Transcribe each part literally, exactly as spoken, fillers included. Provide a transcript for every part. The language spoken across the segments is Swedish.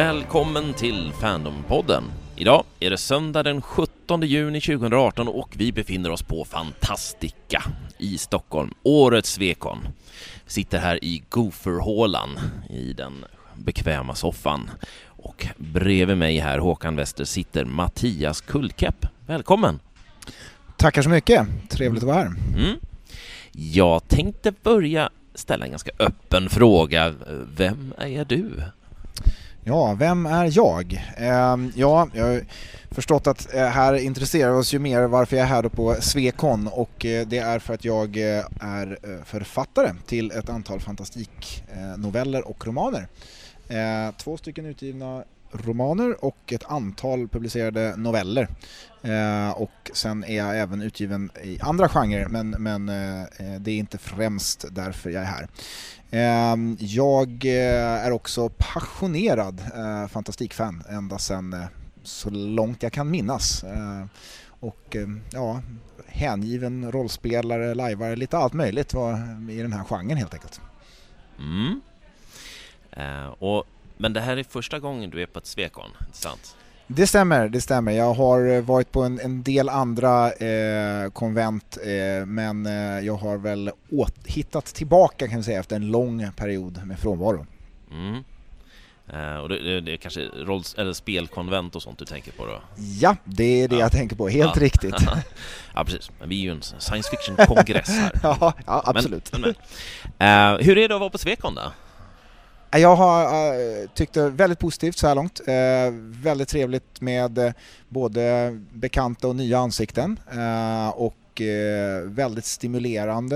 Välkommen till Fandompodden. Idag är det söndag den sjuttonde juni tjugohundraarton och vi befinner oss på Fantastica i Stockholm, årets Svekon. Vi sitter här i Gopherhålan i den bekväma soffan och bredvid mig här, Håkan Wester, sitter Mattias Kullkepp. Välkommen! Tackar så mycket, trevligt att vara här. Mm. Jag tänkte börja ställa en ganska öppen fråga. Vem är du? Ja, vem är jag? Eh, ja, jag har förstått att eh, här intresserar oss ju mer varför jag är här då på Svekon, och eh, det är för att jag eh, är eh, författare till ett antal fantastiknoveller eh, och romaner. Eh, två stycken utgivna romaner och ett antal publicerade noveller. Eh, och sen är jag även utgiven i andra genrer, men, men eh, det är inte främst därför jag är här. Eh, jag är också passionerad eh, fantastikfan ända sedan eh, så långt jag kan minnas. Eh, och eh, ja, hängiven rollspelare, lajvare, lite allt möjligt var i den här genren helt enkelt. Mm. Uh, och Men det här är första gången du är på ett Svekon, inte sant? Det stämmer, det stämmer. Jag har varit på en, en del andra eh, konvent, eh, men eh, jag har väl åt, hittat tillbaka, kan jag säga, efter en lång period med frånvaro. Mm. Uh, och det, det, det är kanske rolls- eller spelkonvent och sånt du tänker på då? Ja, det är det ja. jag tänker på, helt ja. riktigt. Ja, precis. Men vi är ju en science fiction-kongress här. ja, ja, absolut. Men, men. Uh, hur är det att vara på Svekon då? Jag har uh, tyckt det väldigt positivt så här långt. Uh, väldigt trevligt med uh, både bekanta och nya ansikten. Uh, och uh, väldigt stimulerande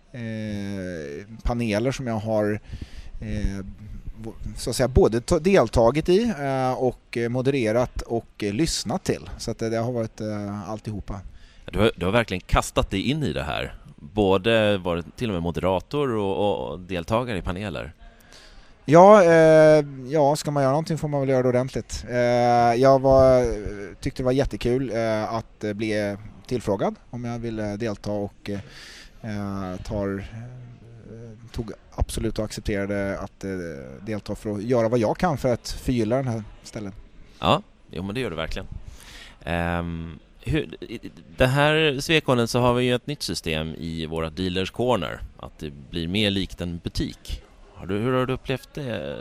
uh, paneler som jag har uh, så att säga, både t- deltagit i uh, och modererat och uh, lyssnat till. Så att, uh, det har varit uh, alltihopa. Du har, du har verkligen kastat dig in i det här. Både varit till och med moderator och, och deltagare i paneler. Ja, eh, ja, ska man göra någonting får man väl göra det ordentligt. Eh, jag var, tyckte det var jättekul eh, att bli tillfrågad om jag ville delta och eh, tar, eh, tog absolut och accepterade att eh, delta för att göra vad jag kan för att förgylla den här ställen. Ja, jo, men det gör du verkligen. Um, hur, det här Svekonen så har vi ju ett nytt system i våra Dealers Corner, att det blir mer likt en butik. Har du, hur har du upplevt det?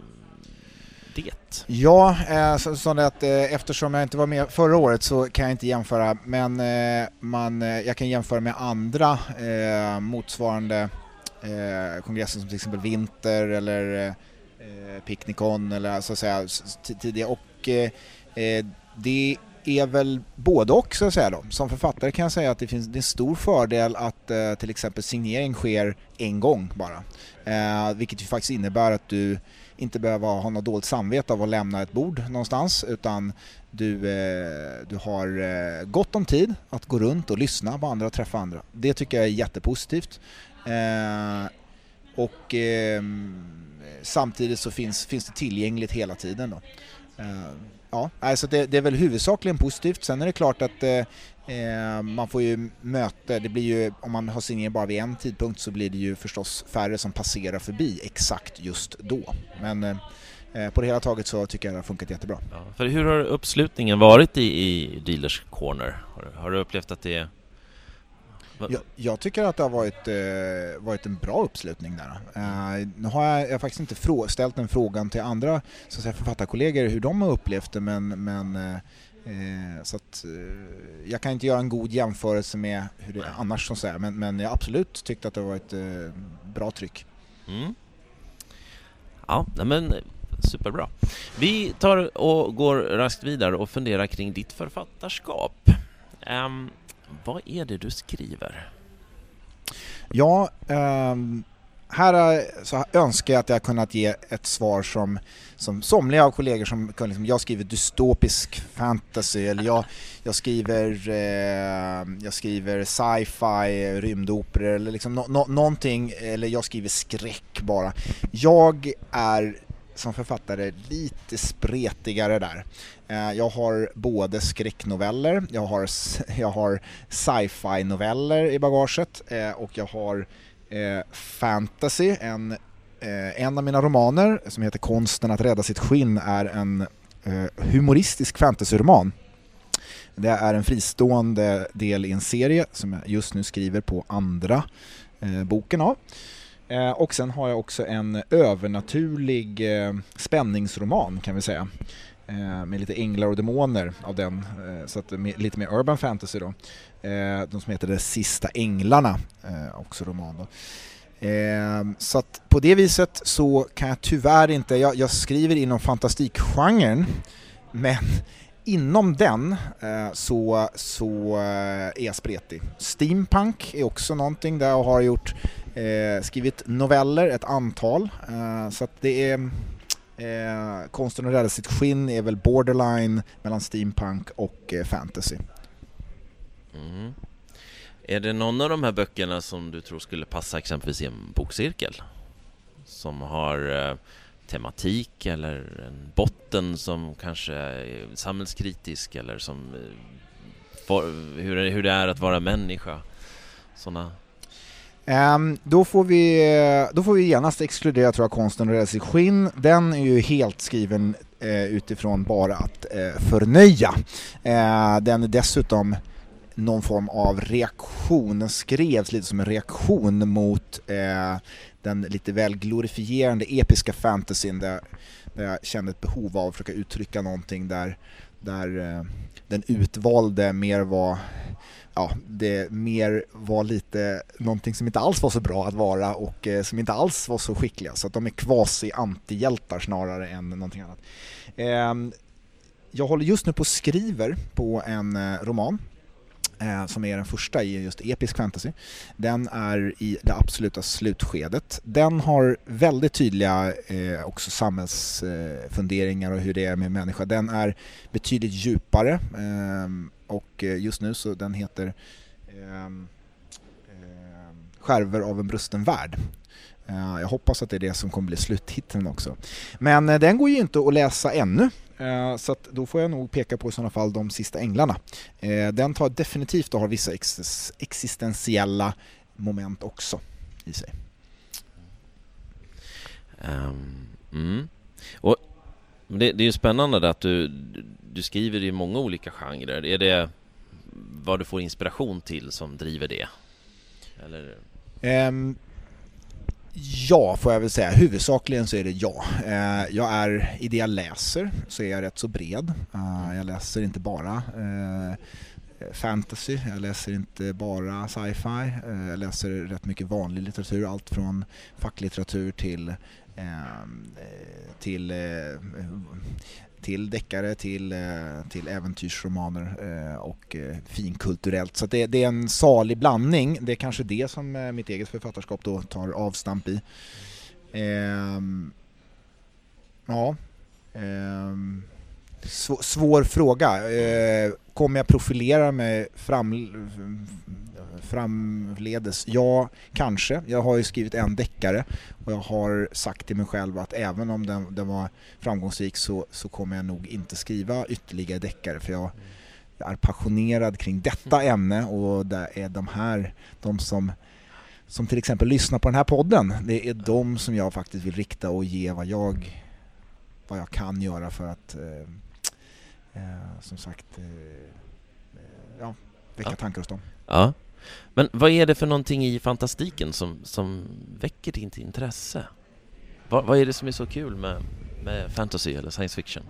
det? Ja, eh, så, så att, eh, eftersom jag inte var med förra året så kan jag inte jämföra, men eh, man, eh, jag kan jämföra med andra eh, motsvarande eh, kongresser som till exempel Vinter eller eh, Picnicon eller så att säga tidigare, och eh, det är väl både och så att säga då. Som författare kan jag säga att det finns det är en stor fördel att eh, till exempel signering sker en gång bara. Eh, vilket ju faktiskt innebär att du inte behöver ha något dåligt samvete av att lämna ett bord någonstans, utan du, eh, du har eh, gott om tid att gå runt och lyssna på andra och träffa andra. Det tycker jag är jättepositivt. Eh, och eh, samtidigt så finns, finns det tillgängligt hela tiden då. Eh, Ja, alltså det, det är väl huvudsakligen positivt. Sen är det klart att eh, man får ju möta, det blir ju, om man har signering bara vid en tidpunkt så blir det ju förstås färre som passerar förbi exakt just då. Men eh, på det hela taget så tycker jag det har funkat jättebra. Ja, för hur har uppslutningen varit i, i Dealers Corner? Har, har du upplevt att det är... Jag, jag tycker att det har varit, eh, varit en bra uppslutning där. Eh, nu har jag, jag har faktiskt inte frå- ställt den frågan till andra så att säga, författarkollegor hur de har upplevt det, men, men eh, så att, eh, jag kan inte göra en god jämförelse med hur det är annars som säger, men, men jag absolut tyckte att det har varit eh, bra tryck. Mm. Ja, men superbra. Vi tar och går raskt vidare och funderar kring ditt författarskap. Um, Vad är det du skriver? Ja, eh, här så önskar jag att jag kunnat ge ett svar som, som somliga av kollegor som liksom, jag skriver dystopisk fantasy, eller jag, jag skriver eh, jag skriver sci-fi, rymdoperor eller liksom no, no, någonting, eller jag skriver skräck bara. Jag är som författare lite spretigare där. Jag har både skräcknoveller, jag har, jag har sci-fi noveller i bagaget och jag har eh, fantasy, en Eh, en av mina romaner som heter Konsten att rädda sitt skinn är en eh, humoristisk fantasyroman. Det är en fristående del i en serie som jag just nu skriver på andra eh, boken av. Eh, och sen har jag också en övernaturlig eh, spänningsroman kan vi säga. Eh, med lite änglar och demoner av den. Eh, så att med, lite mer urban fantasy då. Eh, de som heter De sista änglarna. Eh, också roman då. Eh, så att på det viset så kan jag tyvärr inte, jag, jag skriver inom fantastikgenren, men inom den eh, så, så eh, är jag spretig. Steampunk är också någonting där jag har gjort, eh, skrivit noveller, ett antal. Eh, så att det är eh, Konsten att rädda sitt skinn är väl borderline mellan steampunk och eh, fantasy. Mm. Är det någon av de här böckerna som du tror skulle passa exempelvis i en bokcirkel? Som har eh, tematik eller en botten som kanske är samhällskritisk eller som eh, for, hur, hur det är att vara människa? Såna. Um, då, får vi, då får vi genast exkludera tror jag, Konsten att rädda sitt skinn. Den är ju helt skriven eh, utifrån bara att eh, förnöja. Eh, den är dessutom någon form av reaktion. Den skrevs lite som en reaktion mot eh, den lite väl glorifierande episka fantasyn där, där jag kände ett behov av att försöka uttrycka någonting där, där eh, den utvalde mer var ja, det mer var lite någonting som inte alls var så bra att vara och eh, som inte alls var så skickliga, så att de är quasi-antihjältar snarare än någonting annat. Eh, jag håller just nu på och skriver på en eh, roman som är den första i just episk fantasy. Den är i det absoluta slutskedet. Den har väldigt tydliga eh, också samhällsfunderingar och hur det är med människa. Den är betydligt djupare eh, och just nu så den heter eh, eh, Skärvor av en brusten värld. Eh, jag hoppas att det är det som kommer bli sluttiteln också. Men eh, den går ju inte att läsa ännu. Så att då får jag nog peka på i sådana fall De sista änglarna. Den tar definitivt och har vissa ex- existentiella moment också i sig. Um, mm. Och det, det är ju spännande att du, du skriver i många olika genrer. Är det vad du får inspiration till som driver det? Eller? Um, Ja, får jag väl säga. Huvudsakligen så är det ja. Eh, jag är, i det jag läser så är jag rätt så bred. Eh, jag läser inte bara eh, fantasy, jag läser inte bara sci-fi. Eh, jag läser rätt mycket vanlig litteratur, allt från facklitteratur till eh, till eh, till deckare, till, till äventyrsromaner och finkulturellt. Så det, det är en salig blandning. Det är kanske det som mitt eget författarskap då tar avstamp i. Ehm, ja. Ehm, sv- svår fråga. Ehm, kommer jag profilera mig fram, framledes? Ja, kanske. Jag har ju skrivit en deckare och jag har sagt till mig själv att även om den, den var framgångsrik så, så kommer jag nog inte skriva ytterligare deckare, för jag, jag är passionerad kring detta ämne, och det är de här, de som som till exempel lyssnar på den här podden, det är de som jag faktiskt vill rikta och ge vad jag vad jag kan göra för att eh, eh, som sagt eh, ja, väcka ja. tankar hos dem. Ja. Men vad är det för någonting i fantastiken som, som väcker ditt intresse? Vad, vad är det som är så kul med, med fantasy eller science fiction?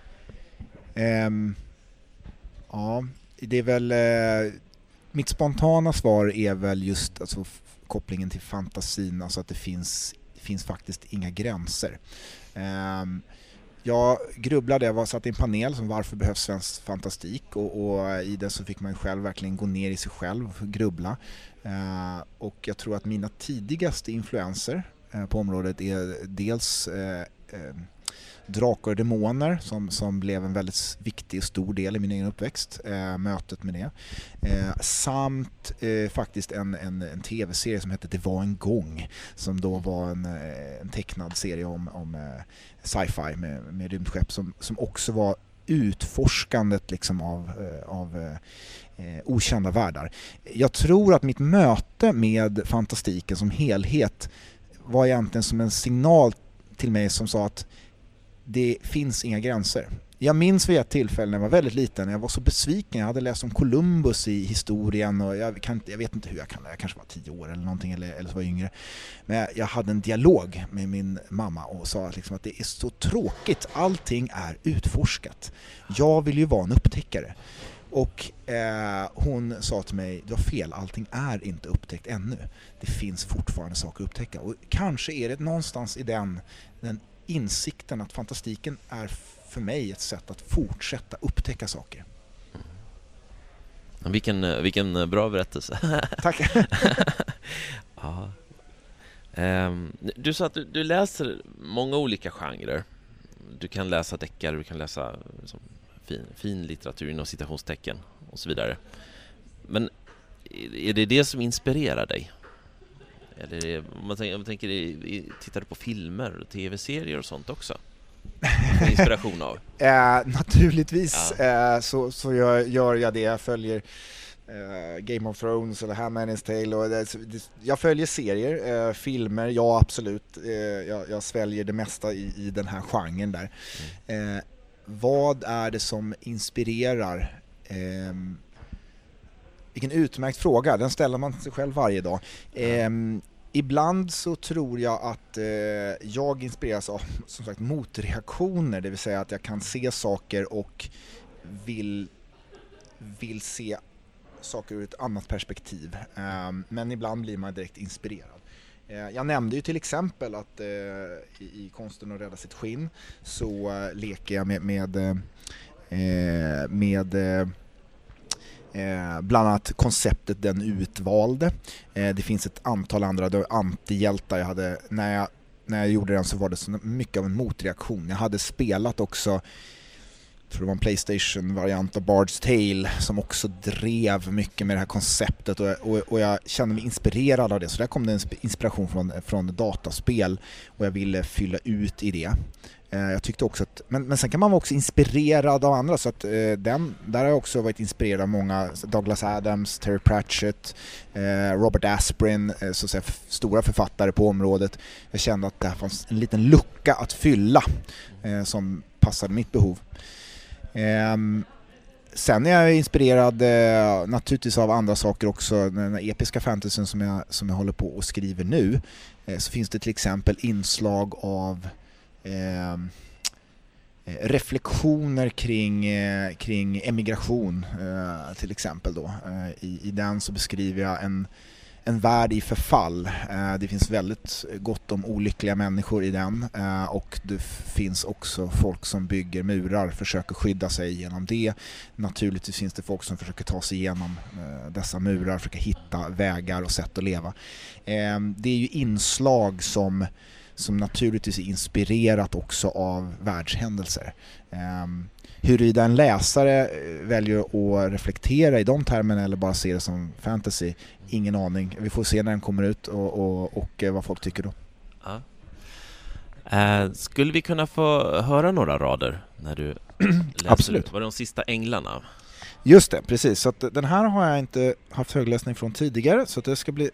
Um, ja, det är väl uh, mitt spontana svar är väl just alltså, f- kopplingen till fantasin, alltså att det finns, det finns faktiskt inga gränser. Um, Jag grubblade, jag var satt i en panel som varför behövs svensk fantastik, och, och i den så fick man själv verkligen gå ner i sig själv och grubbla. Eh, och jag tror att mina tidigaste influenser eh, på området är dels eh, eh, Drakar och demoner som, som blev en väldigt viktig och stor del i min egen uppväxt, eh, mötet med det. Eh, samt eh, faktiskt en, en, en tv-serie som hette Det var en gång, som då var en, en tecknad serie om, om eh, sci-fi med, med rymdskepp som, som också var utforskandet liksom av, eh, av eh, okända världar. Jag tror att mitt möte med fantastiken som helhet var egentligen som en signal till mig som sa att det finns inga gränser. Jag minns vid ett tillfälle när jag var väldigt liten, jag var så besviken. Jag hade läst om Columbus i historien och jag, kan, jag vet inte hur jag kan, jag kanske var tio år eller någonting eller, eller så var jag yngre. Men jag, jag hade en dialog med min mamma och sa liksom att det är så tråkigt, allting är utforskat. Jag vill ju vara en upptäckare. Och eh, hon sa till mig, du har fel, allting är inte upptäckt ännu. Det finns fortfarande saker att upptäcka. Och kanske är det någonstans i den, den insikten att fantastiken är för mig ett sätt att fortsätta upptäcka saker. Vilken, vilken bra berättelse. Tack. Ja. Um, du sa att du, du läser många olika genrer. Du kan läsa deckare, du kan läsa liksom, fin, fin litteratur inom citationstecken och så vidare. Men är det det som inspirerar dig? Eller är, om man tänker, om man tänker tittar du på filmer och tv-serier och sånt också? Inspiration av? eh, naturligtvis ja. eh, så, så gör, gör jag det. Jag följer eh, Game of Thrones eller Handmaid's Tale. Och det, det, jag följer serier, eh, filmer, ja absolut. Eh, jag, jag sväljer det mesta i, i den här genren där. Mm. Eh, vad är det som inspirerar? Eh, vilken utmärkt fråga. Den ställer man sig själv varje dag. Eh, Ibland så tror jag att eh, jag inspireras av som sagt motreaktioner, det vill säga att jag kan se saker och vill, vill se saker ur ett annat perspektiv. Eh, men ibland blir man direkt inspirerad. Eh, jag nämnde ju till exempel att eh, i, i konsten att rädda sitt skinn så eh, leker jag med med, eh, med eh, Eh, bland annat konceptet Den utvalde. Eh, det finns ett antal andra antihjältar. Jag hade, när, jag, när jag gjorde den så var det så mycket av en motreaktion. Jag hade spelat också, jag tror det var en PlayStation-variant av Bard's Tale som också drev mycket med det här konceptet och, och, och jag kände mig inspirerad av det. Så där kom det en inspiration från, från dataspel och jag ville fylla ut i det. Jag tyckte också att, men, men sen kan man vara också inspirerad av andra så att eh, den, där har jag också varit inspirerad av många, Douglas Adams, Terry Pratchett, eh, Robert Asprin, eh, så att säga, f- stora författare på området. Jag kände att det här fanns en liten lucka att fylla eh, som passade mitt behov. Eh, sen är jag inspirerad eh, naturligtvis av andra saker också. Den episka fantasyn som jag, som jag håller på och skriver nu eh, så finns det till exempel inslag av Eh, reflektioner kring, eh, kring emigration eh, till exempel då. Eh, i, I den så beskriver jag en, en värld i förfall. Eh, det finns väldigt gott om olyckliga människor i den eh, och det finns också folk som bygger murar, försöker skydda sig genom det. Naturligtvis finns det folk som försöker ta sig igenom eh, dessa murar, försöker hitta vägar och sätt att leva. Eh, det är ju inslag som som naturligtvis är inspirerat också av världshändelser. Um, huruvida en läsare väljer att reflektera i de termerna eller bara se det som fantasy, ingen aning. Vi får se när den kommer ut och, och, och vad folk tycker då. Ja. Uh, skulle vi kunna få höra några rader när du läser? Absolut. Var det de sista änglarna? Just det, precis. Så att den här har jag inte haft högläsning från tidigare så att det ska bli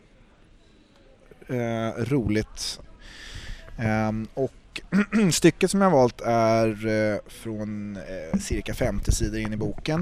uh, roligt. Um, och stycket som jag har valt är uh, från uh, cirka femtio sidor in i boken.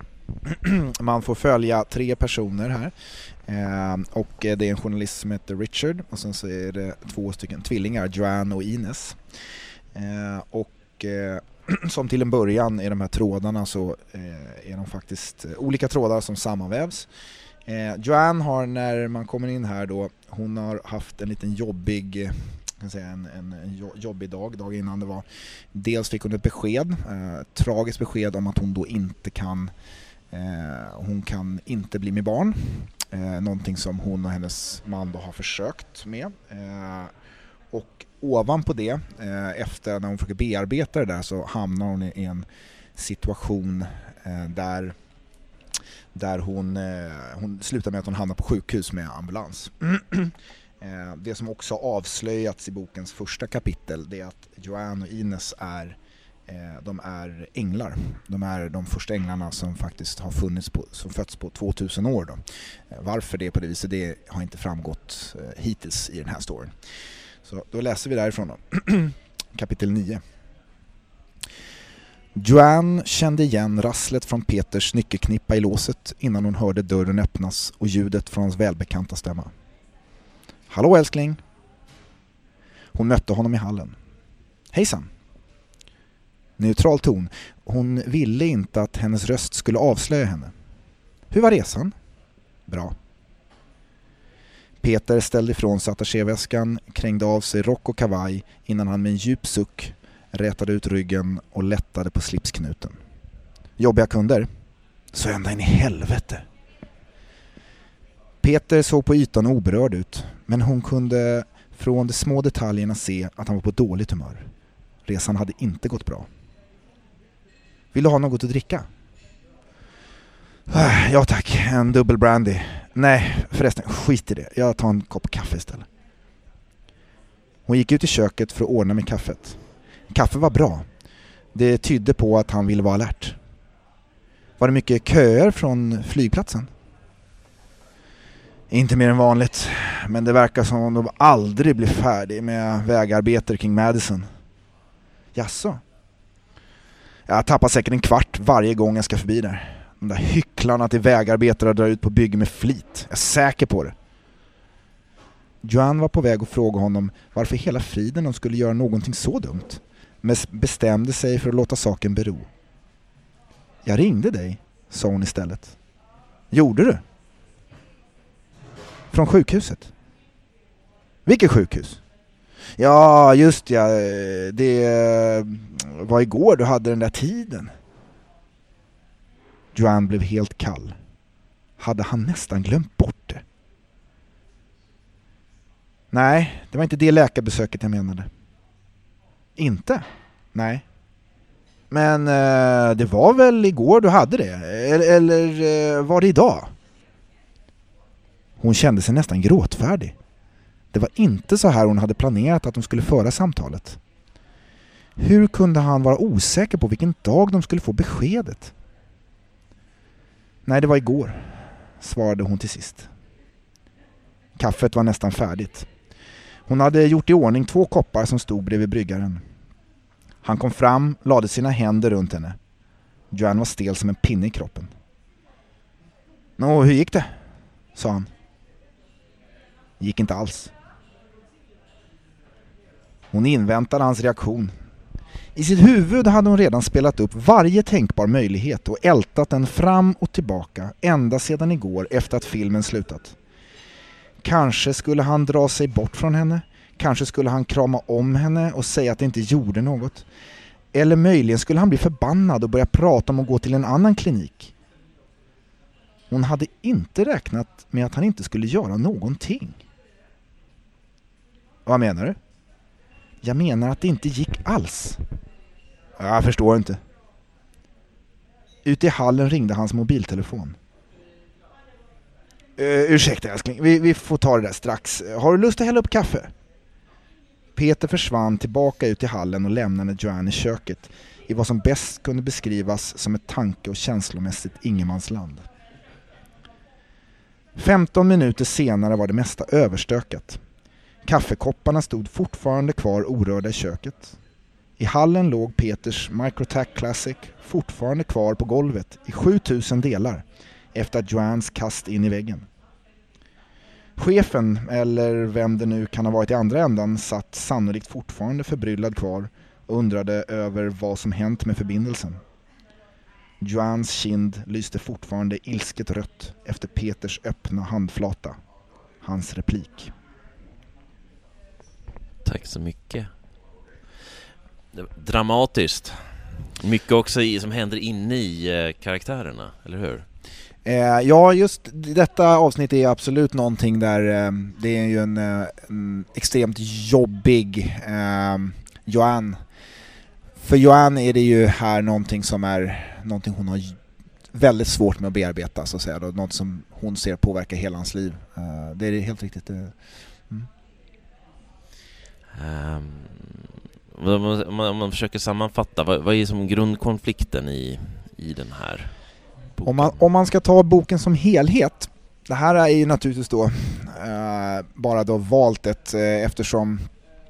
Man får följa tre personer här uh, och uh, det är en journalist som heter Richard och sen så är det två stycken tvillingar, Joanne och Ines. Uh, och uh, som till en början i de här trådarna så uh, är de faktiskt uh, olika trådar som sammanvävs. Uh, Joanne har när man kommer in här då, hon har haft en liten jobbig kan säga en, en, en jobbig dag, dag innan det var. Dels fick hon ett besked, eh, tragiskt besked om att hon då inte kan eh, hon kan inte bli med barn. Eh, någonting som hon och hennes man då har försökt med. Eh, och ovanpå det, eh, efter när hon försöker bearbeta det där så hamnar hon i en situation eh, där där hon, eh, hon slutar med att hon hamnar på sjukhus med ambulans. Det som också avslöjats i bokens första kapitel det är att Joanne och Ines är, de är änglar. De är de första änglarna som faktiskt har funnits på, som fötts på tvåtusen år. Då. Varför det är på det viset det har inte framgått hittills i den här storyn. Så då läser vi därifrån då. Kapitel nio. Joanne kände igen rasslet från Peters nyckelknippa i låset innan hon hörde dörren öppnas och ljudet från hans välbekanta stämma. Hallå älskling. Hon mötte honom i hallen. Hejsan. Neutral ton. Hon ville inte att hennes röst skulle avslöja henne. Hur var resan? Bra. Peter ställde ifrån sig attachéväskan, krängde av sig rock och kavaj innan han med en djup suck rätade ut ryggen och lättade på slipsknuten. Jobbiga kunder? Så ända in i helvete. Peter såg på ytan oberörd ut, men hon kunde från de små detaljerna se att han var på dåligt humör. Resan hade inte gått bra. Vill du ha något att dricka? Ja tack, en dubbel brandy. Nej, förresten, skit i det. Jag tar en kopp kaffe istället. Hon gick ut i köket för att ordna med kaffet. Kaffe var bra. Det tydde på att han ville vara alert. Var det mycket köer från flygplatsen? Inte mer än vanligt, men det verkar som om de aldrig blir färdig med vägarbeten kring Madison. Jaså? Jag tappar säkert en kvart varje gång jag ska förbi där. De där hycklarna till vägarbetare drar ut på bygge med flit. Jag är säker på det. Joanne var på väg att fråga honom varför hela friden de skulle göra någonting så dumt, men bestämde sig för att låta saken bero. Jag ringde dig, sa hon istället. Gjorde du? Från sjukhuset. Vilket sjukhus? Ja, just ja. Det var igår du hade den där tiden. Joanne blev helt kall. Hade han nästan glömt bort det? Nej, det var inte det läkarbesöket jag menade. Inte? Nej. Men eh, det var väl igår du hade det? Eller, eller eh, var det idag? Hon kände sig nästan gråtfärdig. Det var inte så här hon hade planerat att de skulle föra samtalet. Hur kunde han vara osäker på vilken dag de skulle få beskedet? Nej, det var igår, svarade hon till sist. Kaffet var nästan färdigt. Hon hade gjort i ordning två koppar som stod bredvid bryggaren. Han kom fram, lade sina händer runt henne. Joanne var stel som en pinne i kroppen. Nå, hur gick det? Sa han. Gick inte alls. Hon inväntade hans reaktion. I sitt huvud hade hon redan spelat upp varje tänkbar möjlighet och ältat den fram och tillbaka ända sedan igår efter att filmen slutat. Kanske skulle han dra sig bort från henne. Kanske skulle han krama om henne och säga att det inte gjorde något. Eller möjligen skulle han bli förbannad och börja prata om att gå till en annan klinik. Hon hade inte räknat med att han inte skulle göra någonting. Vad menar du? Jag menar att det inte gick alls. Jag förstår inte. Ute i hallen ringde hans mobiltelefon. Uh, ursäkta älskling, vi, vi får ta det där strax. Har du lust att hälla upp kaffe? Peter försvann tillbaka ut i hallen och lämnade Joanne i köket i vad som bäst kunde beskrivas som ett tanke- och känslomässigt ingenmansland. femton minuter senare var det mesta överstökat. Kaffekopparna stod fortfarande kvar orörda i köket. I hallen låg Peters Microtac Classic fortfarande kvar på golvet i sjutusen delar efter att Joannes kast in i väggen. Chefen, eller vem det nu kan ha varit i andra ändan, satt sannolikt fortfarande förbryllad kvar och undrade över vad som hänt med förbindelsen. Joannes kind lyste fortfarande ilsket rött efter Peters öppna handflata. Hans replik. Tack så mycket. Dramatiskt. Mycket också i, som händer inne i eh, karaktärerna, eller hur? Eh, ja, just detta avsnitt är absolut någonting där eh, det är ju en, en extremt jobbig eh, Joanne. För Joanne är det ju här någonting som är någonting hon har väldigt svårt med att bearbeta, så att säga. Något som hon ser påverka hela hans liv. Eh, det är helt riktigt. Eh, mm. Um, om, man, om, man, om man försöker sammanfatta, vad, vad är som grundkonflikten i, i den här boken? Om man, om man ska ta boken som helhet, det här är ju naturligtvis då eh, bara då valt ett, eh, eftersom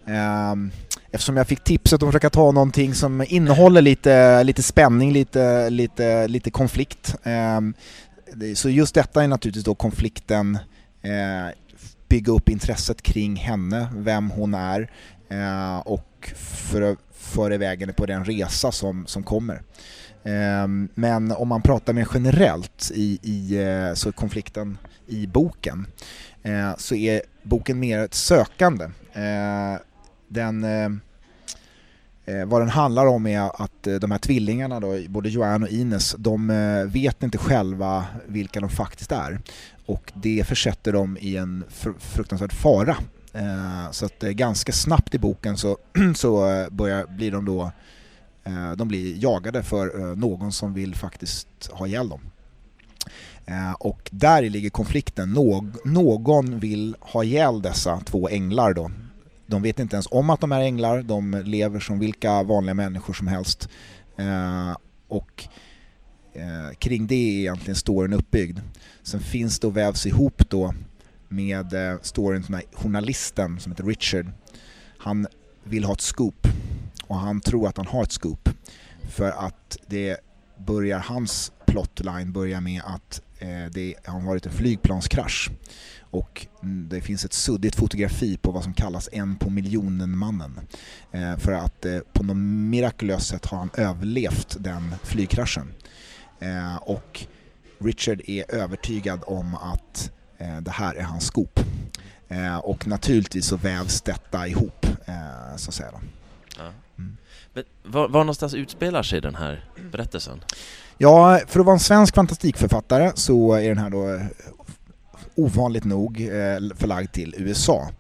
Um, eftersom jag fick tipset att försöka ta någonting som innehåller lite, lite spänning, lite, lite, lite konflikt. Um, så just detta är naturligtvis då konflikten, uh, bygga upp intresset kring henne, vem hon är, uh, och för, föra iväg henne på den resa som, som kommer. Um, men om man pratar mer generellt i, i uh, så konflikten i boken, uh, så är boken mer ett sökande. Uh, Den, eh, vad den handlar om är att eh, de här tvillingarna då, både Joanne och Ines, de eh, vet inte själva vilka de faktiskt är, och det försätter dem i en fr- fruktansvärd fara. Eh, så att eh, ganska snabbt i boken så, så eh, börjar, blir de då eh, de blir jagade för eh, någon som vill faktiskt ha ihjäl dem. Eh, och där ligger konflikten. Nå- någon vill ha ihjäl dessa två änglar då. De vet inte ens om att de är änglar. De lever som vilka vanliga människor som helst. Eh, och eh, kring det är egentligen storyn uppbyggd. Sen finns det och vävs ihop då med eh, storyn som är journalisten som heter Richard. Han vill ha ett scoop. Och han tror att han har ett scoop. För att det börjar, hans plotline börjar med att eh, det har varit en flygplanskrasch. Och det finns ett suddigt fotografi på vad som kallas en på miljonen mannen. Eh, för att eh, på något mirakulöst sätt har han överlevt den flygkraschen. Eh, och Richard är övertygad om att eh, det här är hans scoop. Eh, och naturligtvis så vävs detta ihop, eh, så att säga då. Ja. Mm. Men var, var någonstans utspelar sig den här berättelsen? Ja, för att vara en svensk fantastikförfattare så är den här då ovanligt nog förlagd till U S A.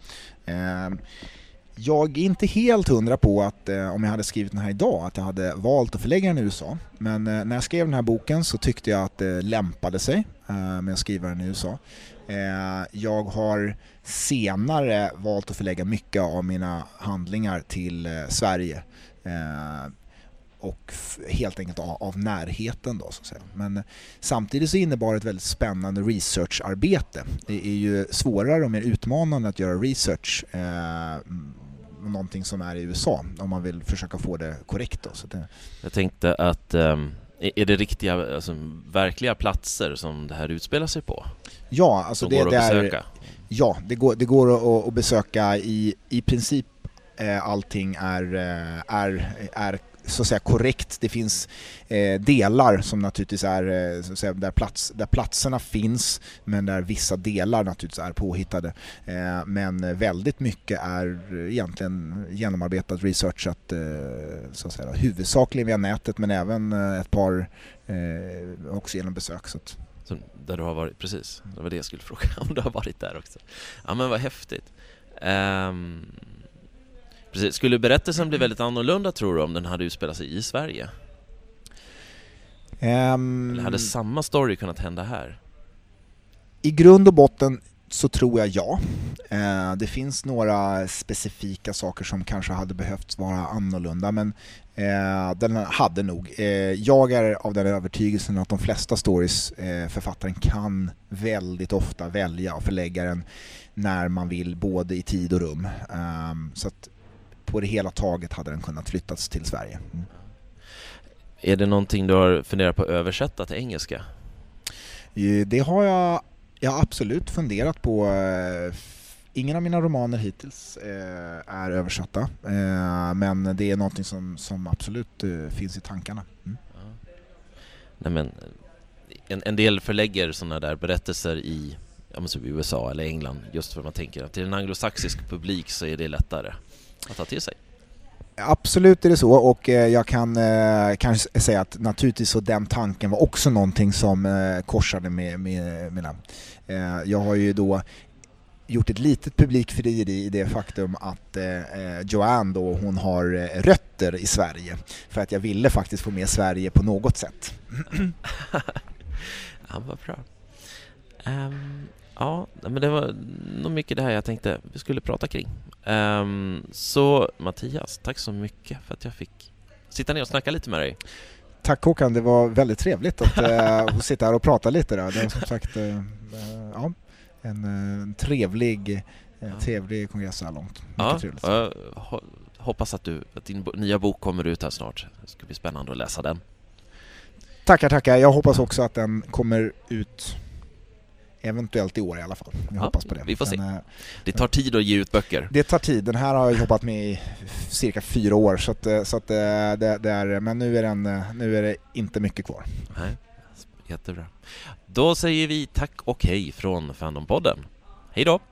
Jag är inte helt hundra på att om jag hade skrivit den här idag att jag hade valt att förlägga den i U S A. Men när jag skrev den här boken så tyckte jag att det lämpade sig med att skriva den i U S A. Jag har senare valt att förlägga mycket av mina handlingar till Sverige. Och f- helt enkelt av, av närheten då, så att säga. Men samtidigt så innebar det ett väldigt spännande researcharbete. Det är ju svårare och mer utmanande att göra research eh, någonting som är i U S A om man vill försöka få det korrekt då, så det... Jag tänkte att um, är det riktiga, alltså, verkliga platser som det här utspelar sig på? Ja, alltså som det, går det att är besöka? Ja, det går, det går att, att besöka i, i princip eh, allting är, är, är så att säga korrekt. Det finns eh, delar som naturligtvis är eh, så att säga, där, plats, där platserna finns, men där vissa delar naturligtvis är påhittade. Eh, men väldigt mycket är egentligen genomarbetat, researchat eh, så att säga, huvudsakligen via nätet, men även eh, ett par eh, också genom besök. Så att... så där du har varit, precis. Det var det jag skulle fråga, om du har varit där också. Ja, men vad häftigt. Um... Precis. Skulle berättelsen bli väldigt annorlunda, tror du, om den hade utspelat sig i Sverige? Um, Eller hade samma story kunnat hända här? I grund och botten så tror jag ja. Uh, det finns några specifika saker som kanske hade behövt vara annorlunda, men uh, den hade nog. Uh, jag är av den övertygelsen att de flesta stories uh, författaren kan väldigt ofta välja och förlägga den när man vill, både i tid och rum. Um, så att på det hela taget hade den kunnat flyttas till Sverige. Mm. Är det någonting du har funderat på att översätta till engelska? Det har jag, jag har absolut funderat på. Ingen av mina romaner hittills är översatta. Men det är någonting som, som absolut finns i tankarna. Mm. Ja. Nej, men en, en del förlägger sådana där berättelser i, ja, i U S A eller England, just för att man tänker att till en anglosaxisk publik så är det lättare att ta till sig. Absolut är det så, och eh, jag kan eh, kanske säga att naturligtvis så den tanken var också någonting som eh, korsade med, med mina. Eh, jag har ju då gjort ett litet publikfrieri i det faktum att eh, Joanne då, hon har eh, rötter i Sverige, för att jag ville faktiskt få med Sverige på något sätt. Ja, vad bra. Um... Ja, men det var nog mycket det här jag tänkte vi skulle prata kring. Um, så Mattias, tack så mycket för att jag fick sitta ner och snacka lite med dig. Tack Håkan, det var väldigt trevligt att uh, sitta här och prata lite. Då. Det är som sagt uh, ja, en, en trevlig ja. Trevlig kongress så här långt. Mycket ja, trevligt. Jag hoppas att, du, att din nya bok kommer ut här snart. Det ska bli spännande att läsa den. Tackar, tackar. Jag hoppas också att den kommer ut eventuellt i år i alla fall. Jag ja, hoppas på det. Vi får se. Men, det tar tid att ge ut böcker. Det tar tid. Den här har jag jobbat med i cirka fyra år. Så att, så att det, det är, men nu är, den, nu är det inte mycket kvar. Nej, jättebra. Då säger vi tack och hej från Fandompodden. Hej då!